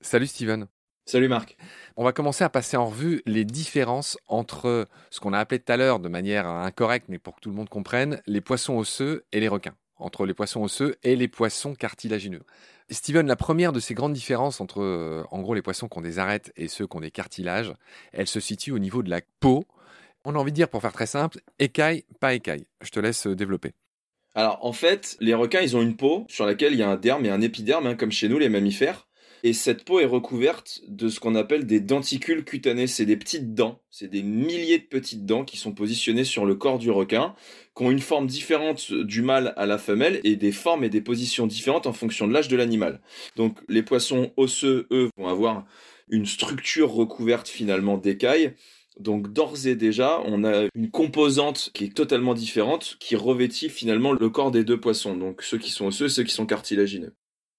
Salut Steven. Salut Marc. On va commencer à passer en revue les différences entre ce qu'on a appelé tout à l'heure de manière incorrecte, mais pour que tout le monde comprenne, les poissons osseux et les requins. Entre les poissons osseux et les poissons cartilagineux. Steven, la première de ces grandes différences entre, en gros, les poissons qui ont des arêtes et ceux qui ont des cartilages, elle se situe au niveau de la peau. On a envie de dire, pour faire très simple, écaille, pas écaille. Je te laisse développer. Alors en fait, les requins, ils ont une peau sur laquelle il y a un derme et un épiderme, comme chez nous les mammifères. Et cette peau est recouverte de ce qu'on appelle des denticules cutanés. C'est des petites dents, c'est des milliers de petites dents qui sont positionnées sur le corps du requin, qui ont une forme différente du mâle à la femelle et des formes et des positions différentes en fonction de l'âge de l'animal. Donc les poissons osseux, eux, vont avoir une structure recouverte finalement d'écailles. Donc d'ores et déjà, on a une composante qui est totalement différente, qui revêtit finalement le corps des deux poissons, donc ceux qui sont osseux et ceux qui sont cartilagineux.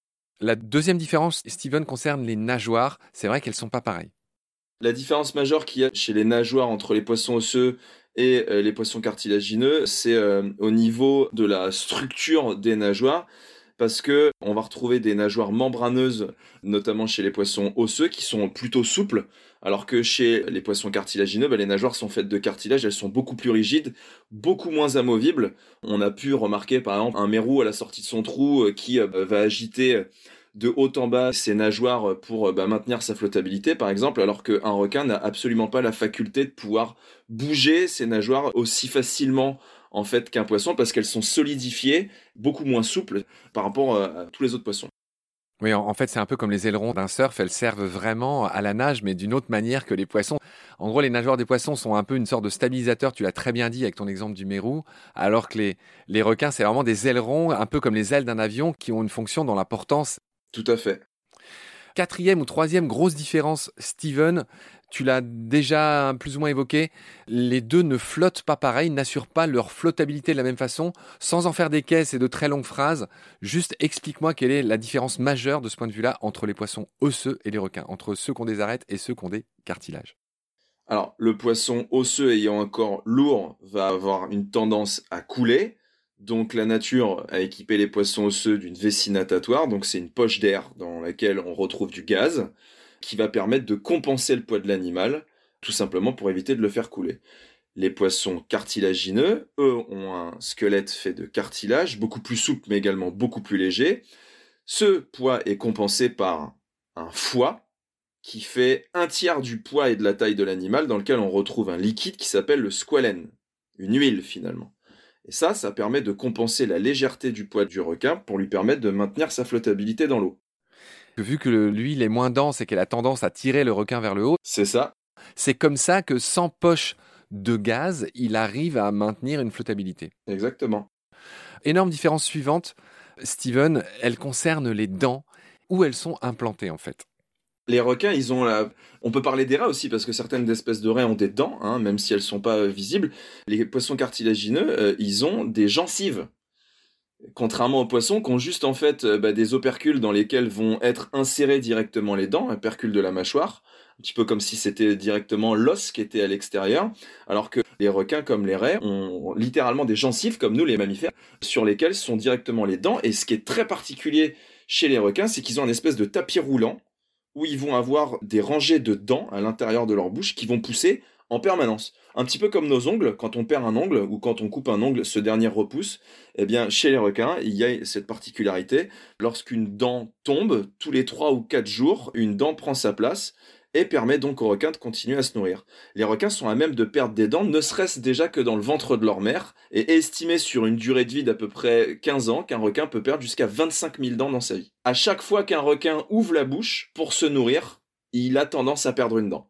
La deuxième différence, Steven, concerne les nageoires. C'est vrai qu'elles ne sont pas pareilles. La différence majeure qu'il y a chez les nageoires entre les poissons osseux et les poissons cartilagineux, c'est au niveau de la structure des nageoires, parce que on va retrouver des nageoires membraneuses, notamment chez les poissons osseux, qui sont plutôt souples, alors que chez les poissons cartilagineux, les nageoires sont faites de cartilage, elles sont beaucoup plus rigides, beaucoup moins amovibles. On a pu remarquer par exemple un mérou à la sortie de son trou qui va agiter de haut en bas ses nageoires pour maintenir sa flottabilité par exemple, alors qu'un requin n'a absolument pas la faculté de pouvoir bouger ses nageoires aussi facilement en fait qu'un poisson, parce qu'elles sont solidifiées, beaucoup moins souples par rapport à tous les autres poissons. Oui, en fait, c'est un peu comme les ailerons d'un surf, elles servent vraiment à la nage, mais d'une autre manière que les poissons. En gros, les nageoires des poissons sont un peu une sorte de stabilisateur, tu l'as très bien dit avec ton exemple du mérou, alors que les requins, c'est vraiment des ailerons, un peu comme les ailes d'un avion, qui ont une fonction dans la portance. Tout à fait. Quatrième ou troisième grosse différence, Steven, tu l'as déjà plus ou moins évoqué, les deux ne flottent pas pareil, n'assurent pas leur flottabilité de la même façon, sans en faire des caisses et de très longues phrases. Juste explique-moi quelle est la différence majeure de ce point de vue-là entre les poissons osseux et les requins, entre ceux qui ont des arêtes et ceux qui ont des cartilages. Alors, le poisson osseux ayant un corps lourd va avoir une tendance à couler. Donc, la nature a équipé les poissons osseux d'une vessie natatoire. Donc, c'est une poche d'air dans laquelle on retrouve du gaz qui va permettre de compenser le poids de l'animal, tout simplement pour éviter de le faire couler. Les poissons cartilagineux, eux, ont un squelette fait de cartilage, beaucoup plus souple mais également beaucoup plus léger. Ce poids est compensé par un foie qui fait un tiers du poids et de la taille de l'animal, dans lequel on retrouve un liquide qui s'appelle le squalène, une huile finalement. Et ça permet de compenser la légèreté du poids du requin pour lui permettre de maintenir sa flottabilité dans l'eau. Vu que l'huile est moins dense et qu'elle a tendance à tirer le requin vers le haut, C'est ça. c'est comme ça que sans poche de gaz, il arrive à maintenir une flottabilité. Exactement. Énorme différence suivante, Steven, elle concerne les dents, où elles sont implantées en fait. Les requins, ils ont la... On peut parler des raies aussi, parce que certaines espèces de raies ont des dents, même si elles sont pas visibles. Les poissons cartilagineux, ils ont des gencives. Contrairement aux poissons qui ont juste en fait des opercules dans lesquels vont être insérés directement les dents, opercules de la mâchoire, un petit peu comme si c'était directement l'os qui était à l'extérieur, alors que les requins comme les raies ont littéralement des gencives comme nous les mammifères, sur lesquels sont directement les dents. Et ce qui est très particulier chez les requins, c'est qu'ils ont une espèce de tapis roulant où ils vont avoir des rangées de dents à l'intérieur de leur bouche qui vont pousser en permanence. Un petit peu comme nos ongles, quand on perd un ongle ou quand on coupe un ongle, ce dernier repousse. Eh bien, chez les requins, il y a cette particularité. Lorsqu'une dent tombe, tous les 3 ou 4 jours, une dent prend sa place et permet donc aux requins de continuer à se nourrir. Les requins sont à même de perdre des dents, ne serait-ce déjà que dans le ventre de leur mère, et estimé sur une durée de vie d'à peu près 15 ans qu'un requin peut perdre jusqu'à 25 000 dents dans sa vie. À chaque fois qu'un requin ouvre la bouche pour se nourrir, il a tendance à perdre une dent.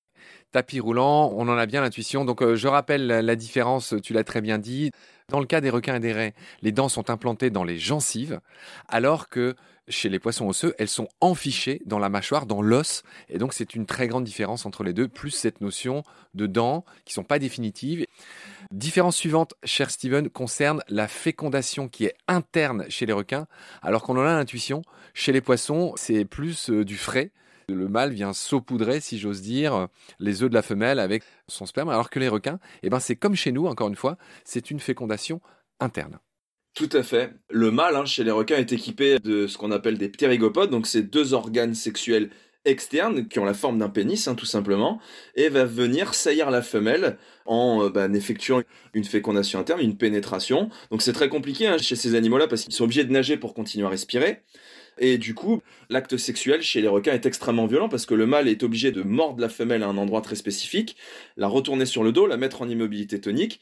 Tapis roulant, on en a bien l'intuition. Donc je rappelle la différence, tu l'as très bien dit. Dans le cas des requins et des raies, les dents sont implantées dans les gencives, alors que chez les poissons osseux, elles sont enfichées dans la mâchoire, dans l'os. Et donc c'est une très grande différence entre les deux, plus cette notion de dents qui ne sont pas définitives. Différence suivante, cher Steven, concerne la fécondation qui est interne chez les requins, alors qu'on en a l'intuition. Chez les poissons, c'est plus du frais. Le mâle vient saupoudrer, si j'ose dire, les œufs de la femelle avec son sperme, alors que les requins, c'est comme chez nous, encore une fois, c'est une fécondation interne. Tout à fait. Le mâle, chez les requins, est équipé de ce qu'on appelle des ptérygopodes, donc c'est 2 organes sexuels externes qui ont la forme d'un pénis, tout simplement, et va venir saillir la femelle en effectuant une fécondation interne, une pénétration. Donc c'est très compliqué chez ces animaux-là parce qu'ils sont obligés de nager pour continuer à respirer. Et du coup, l'acte sexuel chez les requins est extrêmement violent parce que le mâle est obligé de mordre la femelle à un endroit très spécifique, la retourner sur le dos, la mettre en immobilité tonique,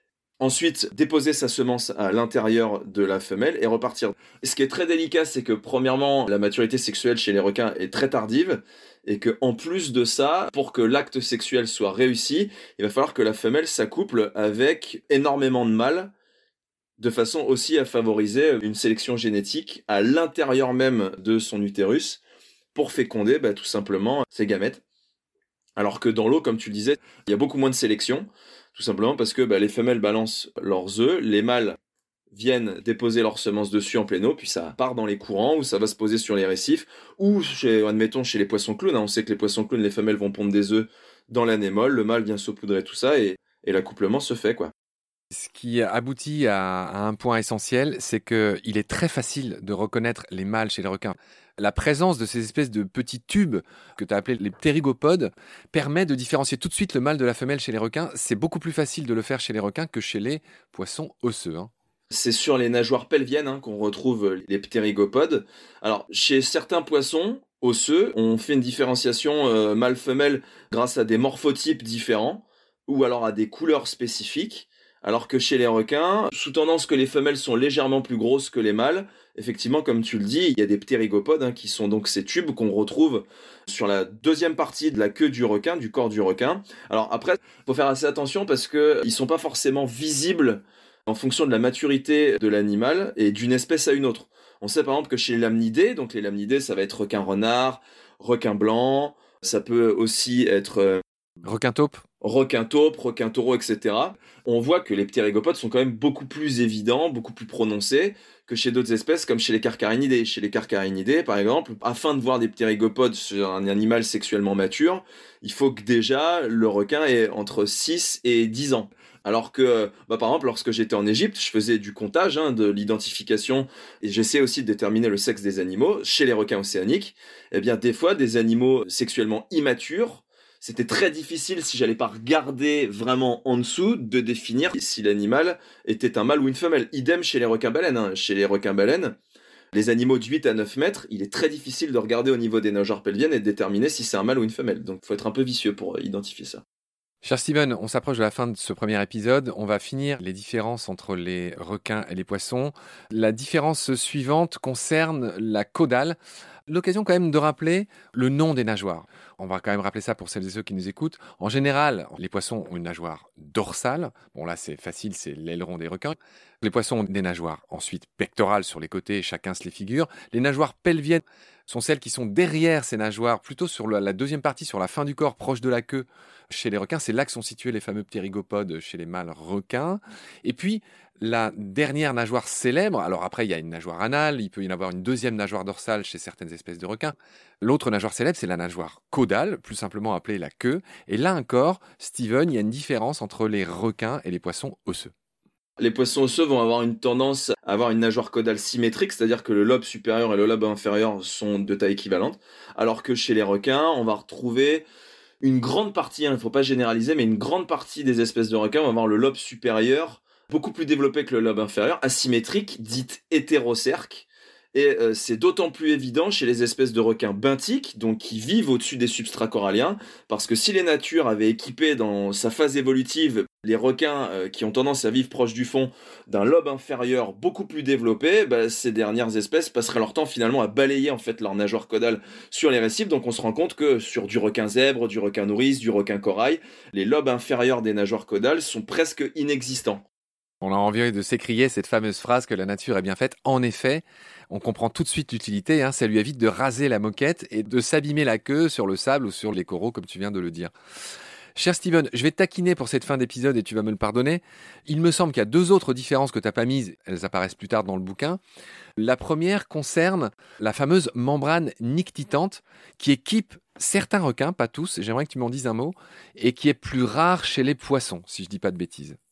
ensuite déposer sa semence à l'intérieur de la femelle et repartir. Et ce qui est très délicat, c'est que premièrement, la maturité sexuelle chez les requins est très tardive et que en plus de ça, pour que l'acte sexuel soit réussi, il va falloir que la femelle s'accouple avec énormément de mâles, de façon aussi à favoriser une sélection génétique à l'intérieur même de son utérus pour féconder tout simplement ses gamètes. Alors que dans l'eau, comme tu le disais, il y a beaucoup moins de sélection, tout simplement parce que les femelles balancent leurs œufs, les mâles viennent déposer leurs semences dessus en pleine eau, puis ça part dans les courants, ou ça va se poser sur les récifs, ou admettons chez les poissons clowns, on sait que les poissons clowns, les femelles vont pondre des œufs dans l'anémone, le mâle vient saupoudrer tout ça, et l'accouplement se fait, quoi. Ce qui aboutit à un point essentiel, c'est qu'il est très facile de reconnaître les mâles chez les requins. La présence de ces espèces de petits tubes que tu as appelés les ptérygopodes permet de différencier tout de suite le mâle de la femelle chez les requins. C'est beaucoup plus facile de le faire chez les requins que chez les poissons osseux. C'est sur les nageoires pelviennes qu'on retrouve les ptérygopodes. Alors, chez certains poissons osseux, on fait une différenciation mâle-femelle grâce à des morphotypes différents ou alors à des couleurs spécifiques. Alors que chez les requins, sous tendance que les femelles sont légèrement plus grosses que les mâles, effectivement, comme tu le dis, il y a des ptérygopodes qui sont donc ces tubes qu'on retrouve sur la deuxième partie de la queue du requin, du corps du requin. Alors après, il faut faire assez attention parce qu'ils sont pas forcément visibles en fonction de la maturité de l'animal et d'une espèce à une autre. On sait par exemple que chez les lamnidés, donc les lamnidés, ça va être requin-renard, requin blanc, ça peut aussi être requin-taupe, requin-taureau, etc. On voit que les ptérygopodes sont quand même beaucoup plus évidents, beaucoup plus prononcés que chez d'autres espèces comme chez les carcharinidés. Chez les carcharinidés, par exemple, afin de voir des ptérygopodes sur un animal sexuellement mature, il faut que déjà le requin ait entre 6 et 10 ans. Alors que, par exemple, lorsque j'étais en Égypte, je faisais du comptage, de l'identification, et j'essayais aussi de déterminer le sexe des animaux. Chez les requins océaniques, eh bien, des fois, des animaux sexuellement immatures, c'était très difficile, si j'allais pas regarder vraiment en dessous, de définir si l'animal était un mâle ou une femelle. Idem chez les requins-baleines. Chez les requins-baleines, les animaux de 8 à 9 mètres, il est très difficile de regarder au niveau des nageoires pelviennes et de déterminer si c'est un mâle ou une femelle. Donc, il faut être un peu vicieux pour identifier ça. Cher Steven, on s'approche de la fin de ce premier épisode. On va finir les différences entre les requins et les poissons. La différence suivante concerne la caudale. L'occasion quand même de rappeler le nom des nageoires. On va quand même rappeler ça pour celles et ceux qui nous écoutent. En général, les poissons ont une nageoire dorsale. Bon là c'est facile, c'est l'aileron des requins. Les poissons ont des nageoires ensuite pectorales sur les côtés, chacun se les figure. Les nageoires pelviennes sont celles qui sont derrière ces nageoires, plutôt sur la deuxième partie, sur la fin du corps, proche de la queue. Chez les requins, c'est là que sont situés les fameux ptérygopodes chez les mâles requins. Et puis, la dernière nageoire célèbre, alors après, il y a une nageoire anale, il peut y en avoir une deuxième nageoire dorsale chez certaines espèces de requins. L'autre nageoire célèbre, c'est la nageoire caudale, plus simplement appelée la queue. Et là encore, Steven, il y a une différence entre les requins et les poissons osseux. Les poissons osseux vont avoir une tendance à avoir une nageoire caudale symétrique, c'est-à-dire que le lobe supérieur et le lobe inférieur sont de taille équivalente, alors que chez les requins, on va retrouver une grande partie, il ne faut pas généraliser, mais une grande partie des espèces de requins vont avoir le lobe supérieur beaucoup plus développé que le lobe inférieur, asymétrique, dite hétérocerque. Et c'est d'autant plus évident chez les espèces de requins benthiques, donc qui vivent au-dessus des substrats coralliens, parce que si les natures avaient équipé dans sa phase évolutive les requins qui ont tendance à vivre proche du fond d'un lobe inférieur beaucoup plus développé, ces dernières espèces passeraient leur temps finalement à balayer en fait leur nageoire caudale sur les récifs. Donc on se rend compte que sur du requin zèbre, du requin nourrice, du requin corail, les lobes inférieurs des nageoires caudales sont presque inexistants. On a envie de s'écrier cette fameuse phrase que la nature est bien faite. En effet, on comprend tout de suite l'utilité. Ça lui évite de raser la moquette et de s'abîmer la queue sur le sable ou sur les coraux, comme tu viens de le dire. Cher Steven, je vais te taquiner pour cette fin d'épisode et tu vas me le pardonner. Il me semble qu'il y a 2 autres différences que tu n'as pas mises. Elles apparaissent plus tard dans le bouquin. La première concerne la fameuse membrane nictitante qui équipe certains requins, pas tous, j'aimerais que tu m'en dises un mot, et qui est plus rare chez les poissons, si je ne dis pas de bêtises.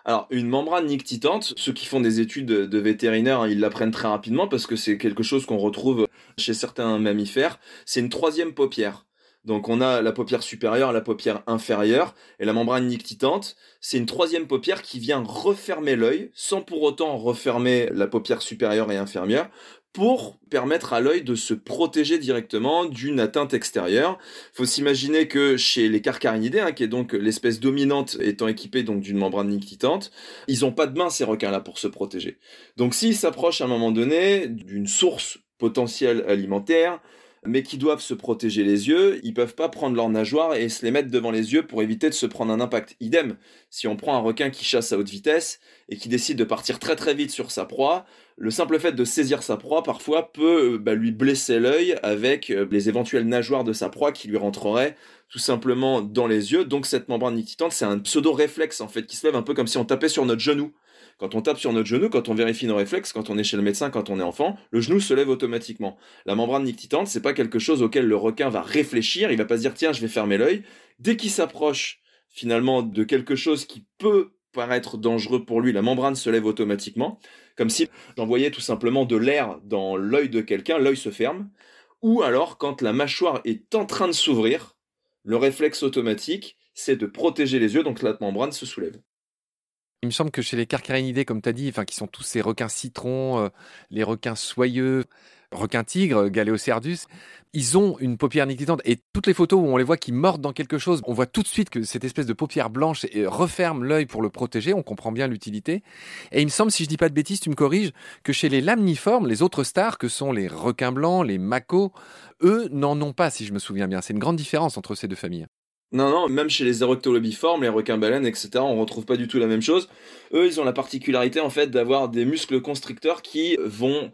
Alors, une membrane nictitante, ceux qui font des études de vétérinaire, hein, ils l'apprennent très rapidement parce que c'est quelque chose qu'on retrouve chez certains mammifères. C'est une troisième paupière. Donc, on a la paupière supérieure, la paupière inférieure, et la membrane nictitante, c'est une troisième paupière qui vient refermer l'œil, sans pour autant refermer la paupière supérieure et inférieure, pour permettre à l'œil de se protéger directement d'une atteinte extérieure. Il faut s'imaginer que chez les carcharinidés, hein, qui est donc l'espèce dominante étant équipée donc d'une membrane nictitante, ils n'ont pas de main ces requins-là pour se protéger. Donc s'ils s'approchent à un moment donné d'une source potentielle alimentaire, mais qui doivent se protéger les yeux, ils peuvent pas prendre leurs nageoires et se les mettre devant les yeux pour éviter de se prendre un impact. Idem, si on prend un requin qui chasse à haute vitesse et qui décide de partir très très vite sur sa proie, le simple fait de saisir sa proie parfois peut lui blesser l'œil avec les éventuelles nageoires de sa proie qui lui rentreraient tout simplement dans les yeux. Donc cette membrane nictitante, c'est un pseudo-réflexe en fait qui se lève un peu comme si on tapait sur notre genou. Quand on tape sur notre genou, quand on vérifie nos réflexes, quand on est chez le médecin, quand on est enfant, le genou se lève automatiquement. La membrane nictitante, c'est pas quelque chose auquel le requin va réfléchir, il va pas se dire tiens, je vais fermer l'œil. Dès qu'il s'approche finalement de quelque chose qui peut paraître dangereux pour lui, la membrane se lève automatiquement, comme si j'envoyais tout simplement de l'air dans l'œil de quelqu'un, l'œil se ferme. Ou alors, quand la mâchoire est en train de s'ouvrir, le réflexe automatique, c'est de protéger les yeux, donc la membrane se soulève. Il me semble que chez les carcharinidés, comme tu as dit, qui sont tous ces requins citrons, les requins soyeux, requins tigres, Galeocerdus, ils ont une paupière nictitante. Et toutes les photos où on les voit qui mordent dans quelque chose, on voit tout de suite que cette espèce de paupière blanche referme l'œil pour le protéger. On comprend bien l'utilité. Et il me semble, si je dis pas de bêtises, tu me corriges, que chez les lamniformes, les autres stars, que sont les requins blancs, les macos, eux n'en ont pas, si je me souviens bien. C'est une grande différence entre ces deux familles. Non, même chez les érectolobiformes, les requins-baleines, etc., on retrouve pas du tout la même chose. Eux, ils ont la particularité, en fait, d'avoir des muscles constricteurs qui vont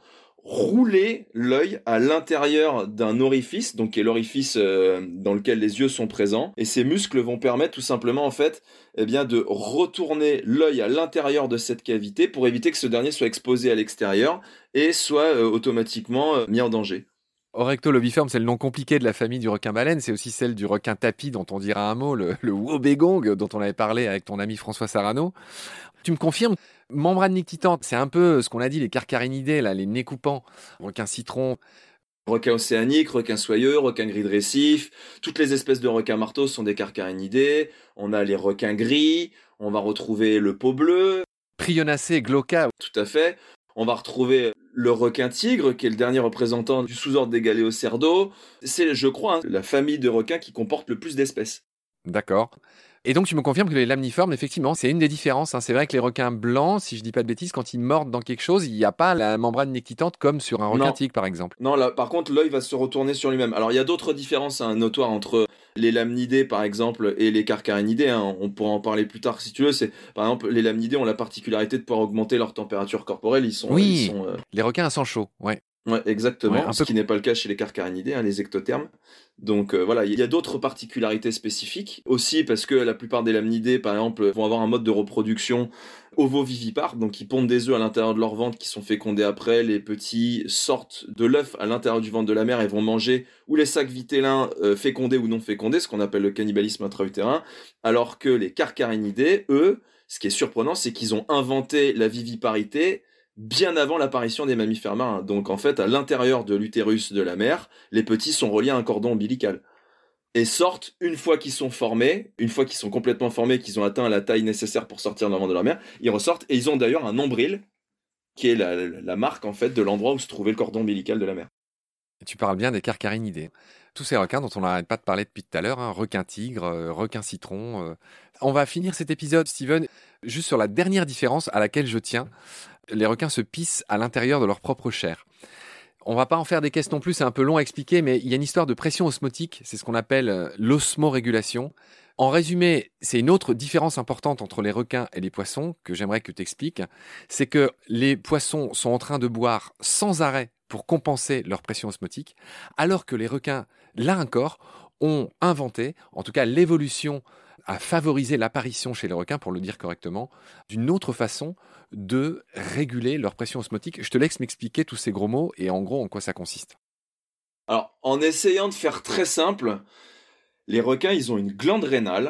rouler l'œil à l'intérieur d'un orifice, donc qui est l'orifice dans lequel les yeux sont présents. Et ces muscles vont permettre tout simplement, en fait, de retourner l'œil à l'intérieur de cette cavité pour éviter que ce dernier soit exposé à l'extérieur et soit automatiquement mis en danger. Orectolobiforme, c'est le nom compliqué de la famille du requin-baleine. C'est aussi celle du requin tapi dont on dira un mot, le wobégong dont on avait parlé avec ton ami François Sarano. Tu me confirmes, membrane nictitante, c'est un peu ce qu'on a dit, les carcharinidés, là, les nez coupants, requin citron. Requins océaniques, requins soyeux, requins gris de récif, toutes les espèces de requins marteaux sont des carcharinidés. On a les requins gris, on va retrouver le peau bleu. Prionacée, glauca. Tout à fait. On va retrouver le requin tigre, qui est le dernier représentant du sous-ordre des Galeocerdo. C'est, je crois, la famille de requins qui comporte le plus d'espèces. D'accord. Et donc, tu me confirmes que les lamniformes, effectivement, c'est une des différences. C'est vrai que les requins blancs, si je dis pas de bêtises, quand ils mordent dans quelque chose, il n'y a pas la membrane nictitante comme sur un requin tigre, par exemple. Non, là, par contre, l'œil va se retourner sur lui-même. Alors, il y a d'autres différences notoires entre les lamnidés, par exemple, et les carcharinidés. On pourra en parler plus tard si tu veux. Par exemple, les lamnidés ont la particularité de pouvoir augmenter leur température corporelle. Les requins à sang chaud, ouais. Ouais, exactement, ce qui n'est pas le cas chez les carcharinidés, les ectothermes. Donc voilà, il y a d'autres particularités spécifiques, aussi parce que la plupart des lamnidés, par exemple, vont avoir un mode de reproduction ovovivipare, donc ils pondent des œufs à l'intérieur de leur ventre qui sont fécondés après, les petits sortent de l'œuf à l'intérieur du ventre de la mère et vont manger ou les sacs vitellins fécondés ou non fécondés, ce qu'on appelle le cannibalisme intra-utérin, alors que les carcharinidés, eux, ce qui est surprenant, c'est qu'ils ont inventé la viviparité bien avant l'apparition des mammifères marins. Donc en fait, à l'intérieur de l'utérus de la mère, les petits sont reliés à un cordon ombilical. Et sortent une fois qu'ils sont formés, une fois qu'ils sont complètement formés, qu'ils ont atteint la taille nécessaire pour sortir de la ventre de leur mère, ils ressortent et ils ont d'ailleurs un nombril qui est la marque en fait de l'endroit où se trouvait le cordon ombilical de la mère. Et tu parles bien des carcharinidés. Tous ces requins dont on n'arrête pas de parler depuis tout à l'heure, requin tigre, requin citron. On va finir cet épisode, Steven, juste sur la dernière différence à laquelle je tiens. Les requins se pissent à l'intérieur de leur propre chair. On va pas en faire des caisses non plus, c'est un peu long à expliquer, mais il y a une histoire de pression osmotique, c'est ce qu'on appelle l'osmorégulation. En résumé, c'est une autre différence importante entre les requins et les poissons que j'aimerais que tu expliques. C'est que les poissons sont en train de boire sans arrêt pour compenser leur pression osmotique, alors que les requins, là encore, ont inventé, en tout cas l'évolution a favorisé l'apparition chez les requins, pour le dire correctement, d'une autre façon de réguler leur pression osmotique. Je te laisse m'expliquer tous ces gros mots et en gros en quoi ça consiste. Alors, en essayant de faire très simple, les requins, ils ont une glande rénale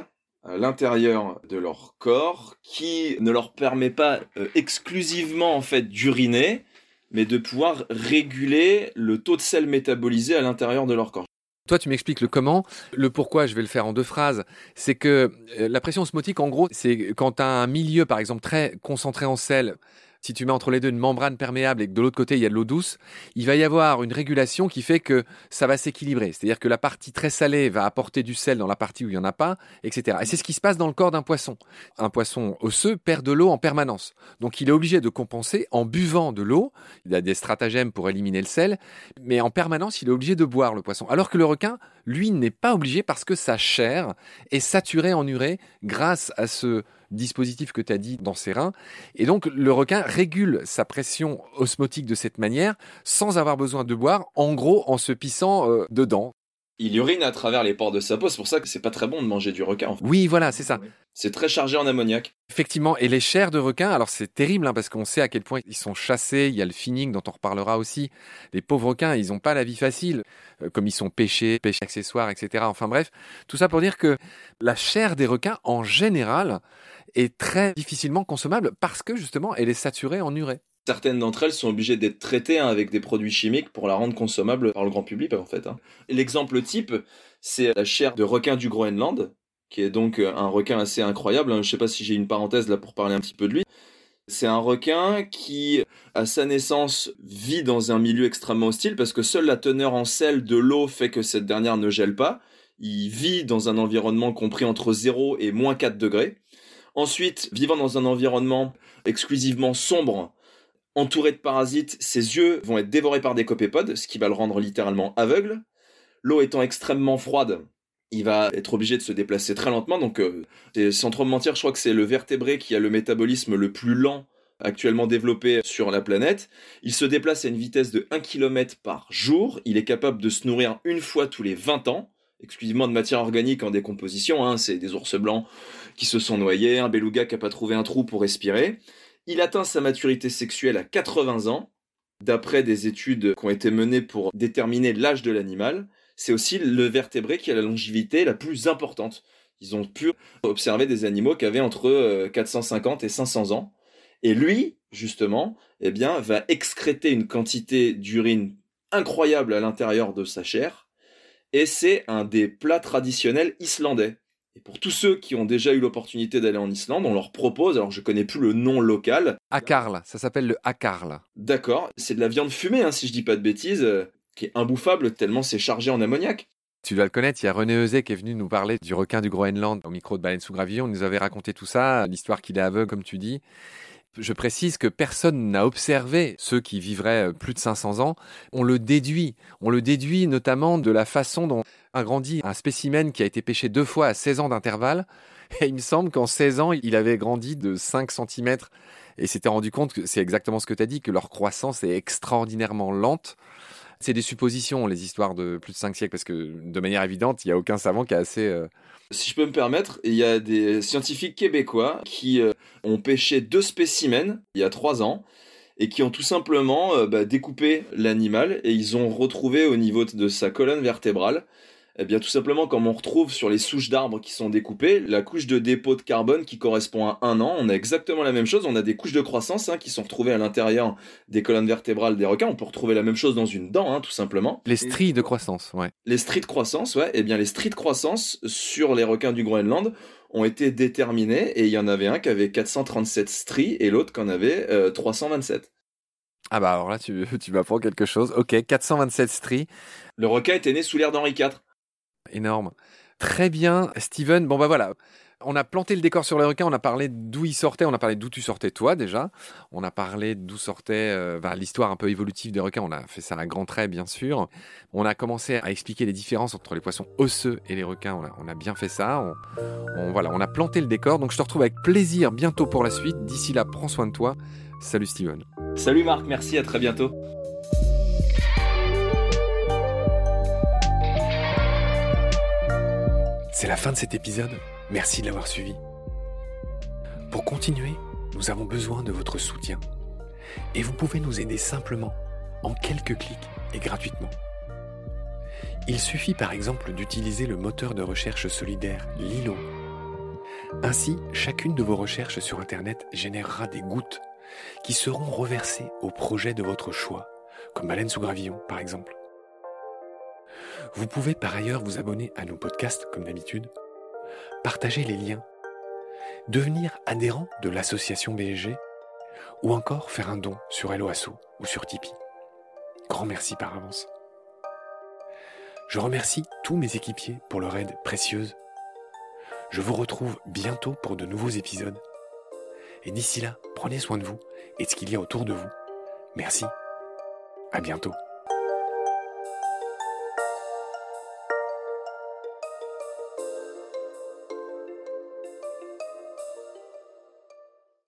à l'intérieur de leur corps qui ne leur permet pas exclusivement en fait d'uriner, mais de pouvoir réguler le taux de sel métabolisé à l'intérieur de leur corps. Toi, tu m'expliques le comment. Le pourquoi, je vais le faire en 2 phrases. C'est que la pression osmotique, en gros, c'est quand tu as un milieu, par exemple, très concentré en sel. Si tu mets entre les deux une membrane perméable et que de l'autre côté, il y a de l'eau douce, il va y avoir une régulation qui fait que ça va s'équilibrer. C'est-à-dire que la partie très salée va apporter du sel dans la partie où il n'y en a pas, etc. Et c'est ce qui se passe dans le corps d'un poisson. Un poisson osseux perd de l'eau en permanence. Donc, il est obligé de compenser en buvant de l'eau. Il a des stratagèmes pour éliminer le sel, mais en permanence, il est obligé de boire, le poisson. Alors que le requin, lui, n'est pas obligé parce que sa chair est saturée en urée grâce à ce dispositif que tu as dit dans ses reins. Et donc, le requin régule sa pression osmotique de cette manière sans avoir besoin de boire, en gros, en se pissant dedans. Il urine à travers les pores de sa peau, c'est pour ça que c'est pas très bon de manger du requin. En fait. Oui, voilà, c'est ça. C'est très chargé en ammoniac. Effectivement, et les chairs de requin, alors c'est terrible parce qu'on sait à quel point ils sont chassés, il y a le finning dont on reparlera aussi. Les pauvres requins, ils n'ont pas la vie facile, comme ils sont pêche accessoires, etc. Enfin bref, tout ça pour dire que la chair des requins, en général, est très difficilement consommable parce que justement, elle est saturée en urée. Certaines d'entre elles sont obligées d'être traitées avec des produits chimiques pour la rendre consommable par le grand public en fait. Et l'exemple type, c'est la chair de requin du Groenland, qui est donc un requin assez incroyable. Je ne sais pas si j'ai une parenthèse là pour parler un petit peu de lui. C'est un requin qui, à sa naissance, vit dans un milieu extrêmement hostile parce que seule la teneur en sel de l'eau fait que cette dernière ne gèle pas. Il vit dans un environnement compris entre 0 et moins 4 degrés. Ensuite, vivant dans un environnement exclusivement sombre, entouré de parasites, ses yeux vont être dévorés par des copépodes, ce qui va le rendre littéralement aveugle. L'eau étant extrêmement froide, il va être obligé de se déplacer très lentement. Donc, sans trop me mentir, je crois que c'est le vertébré qui a le métabolisme le plus lent actuellement développé sur la planète. Il se déplace à une vitesse de 1 km par jour. Il est capable de se nourrir une fois tous les 20 ans, exclusivement de matière organique en décomposition. C'est des ours blancs qui se sont noyés, un beluga qui n'a pas trouvé un trou pour respirer. Il atteint sa maturité sexuelle à 80 ans, d'après des études qui ont été menées pour déterminer l'âge de l'animal. C'est aussi le vertébré qui a la longévité la plus importante. Ils ont pu observer des animaux qui avaient entre 450 et 500 ans. Et lui, justement, va excréter une quantité d'urine incroyable à l'intérieur de sa chair. Et c'est un des plats traditionnels islandais. Et pour tous ceux qui ont déjà eu l'opportunité d'aller en Islande, on leur propose, alors je connais plus le nom local. Akarl, ça s'appelle le akarl. D'accord, c'est de la viande fumée, si je dis pas de bêtises, qui est imbouffable tellement c'est chargé en ammoniac. Tu dois le connaître, il y a René Euzet qui est venu nous parler du requin du Groenland au micro de Baleine sous gravillon. Il nous avait raconté tout ça, l'histoire qu'il est aveugle, comme tu dis. Je précise que personne n'a observé ceux qui vivraient plus de 500 ans. On le déduit notamment de la façon dont a grandi un spécimen qui a été pêché 2 fois à 16 ans d'intervalle. Et il me semble qu'en 16 ans, il avait grandi de 5 cm. Et s'était rendu compte que c'est exactement ce que tu as dit, que leur croissance est extraordinairement lente. C'est des suppositions, les histoires de plus de 5 siècles, parce que de manière évidente, il n'y a aucun savant qui a assez... Si je peux me permettre, il y a des scientifiques québécois qui ont pêché 2 spécimens il y a 3 ans et qui ont tout simplement découpé l'animal et ils ont retrouvé au niveau de sa colonne vertébrale, tout simplement comme on retrouve sur les souches d'arbres qui sont découpées, la couche de dépôt de carbone qui correspond à 1 an. On a exactement la même chose, on a des couches de croissance qui sont retrouvées à l'intérieur des colonnes vertébrales des requins. On peut retrouver la même chose dans une dent, tout simplement. Les stries de croissance, ouais. Les stries de croissance, ouais. Les stries de croissance sur les requins du Groenland ont été déterminées et il y en avait un qui avait 437 stries et l'autre qui en avait 327. Ah bah alors là, tu m'apprends quelque chose. Ok, 427 stries. Le requin était né sous l'ère d'Henri IV. Énorme. Très bien, Steven. Bon bah voilà, on a planté le décor sur les requins, on a parlé d'où ils sortaient, on a parlé d'où tu sortais toi déjà, on a parlé d'où sortait l'histoire un peu évolutive des requins, on a fait ça à grands traits bien sûr. On a commencé à expliquer les différences entre les poissons osseux et les requins, on a bien fait ça. On a planté le décor, donc je te retrouve avec plaisir bientôt pour la suite. D'ici là, prends soin de toi. Salut Steven. Salut Marc, merci, à très bientôt. C'est la fin de cet épisode, merci de l'avoir suivi. Pour continuer, nous avons besoin de votre soutien. Et vous pouvez nous aider simplement, en quelques clics et gratuitement. Il suffit par exemple d'utiliser le moteur de recherche solidaire Lilo Ainsi, chacune de vos recherches sur Internet générera des gouttes qui seront reversées au projet de votre choix, comme Baleine sous gravillon par exemple. Vous pouvez par ailleurs vous abonner à nos podcasts comme d'habitude, partager les liens, devenir adhérent de l'association BSG ou encore faire un don sur Helloasso ou sur Tipeee. Grand merci par avance. Je remercie tous mes équipiers pour leur aide précieuse. Je vous retrouve bientôt pour de nouveaux épisodes. Et d'ici là, prenez soin de vous et de ce qu'il y a autour de vous. Merci. À bientôt.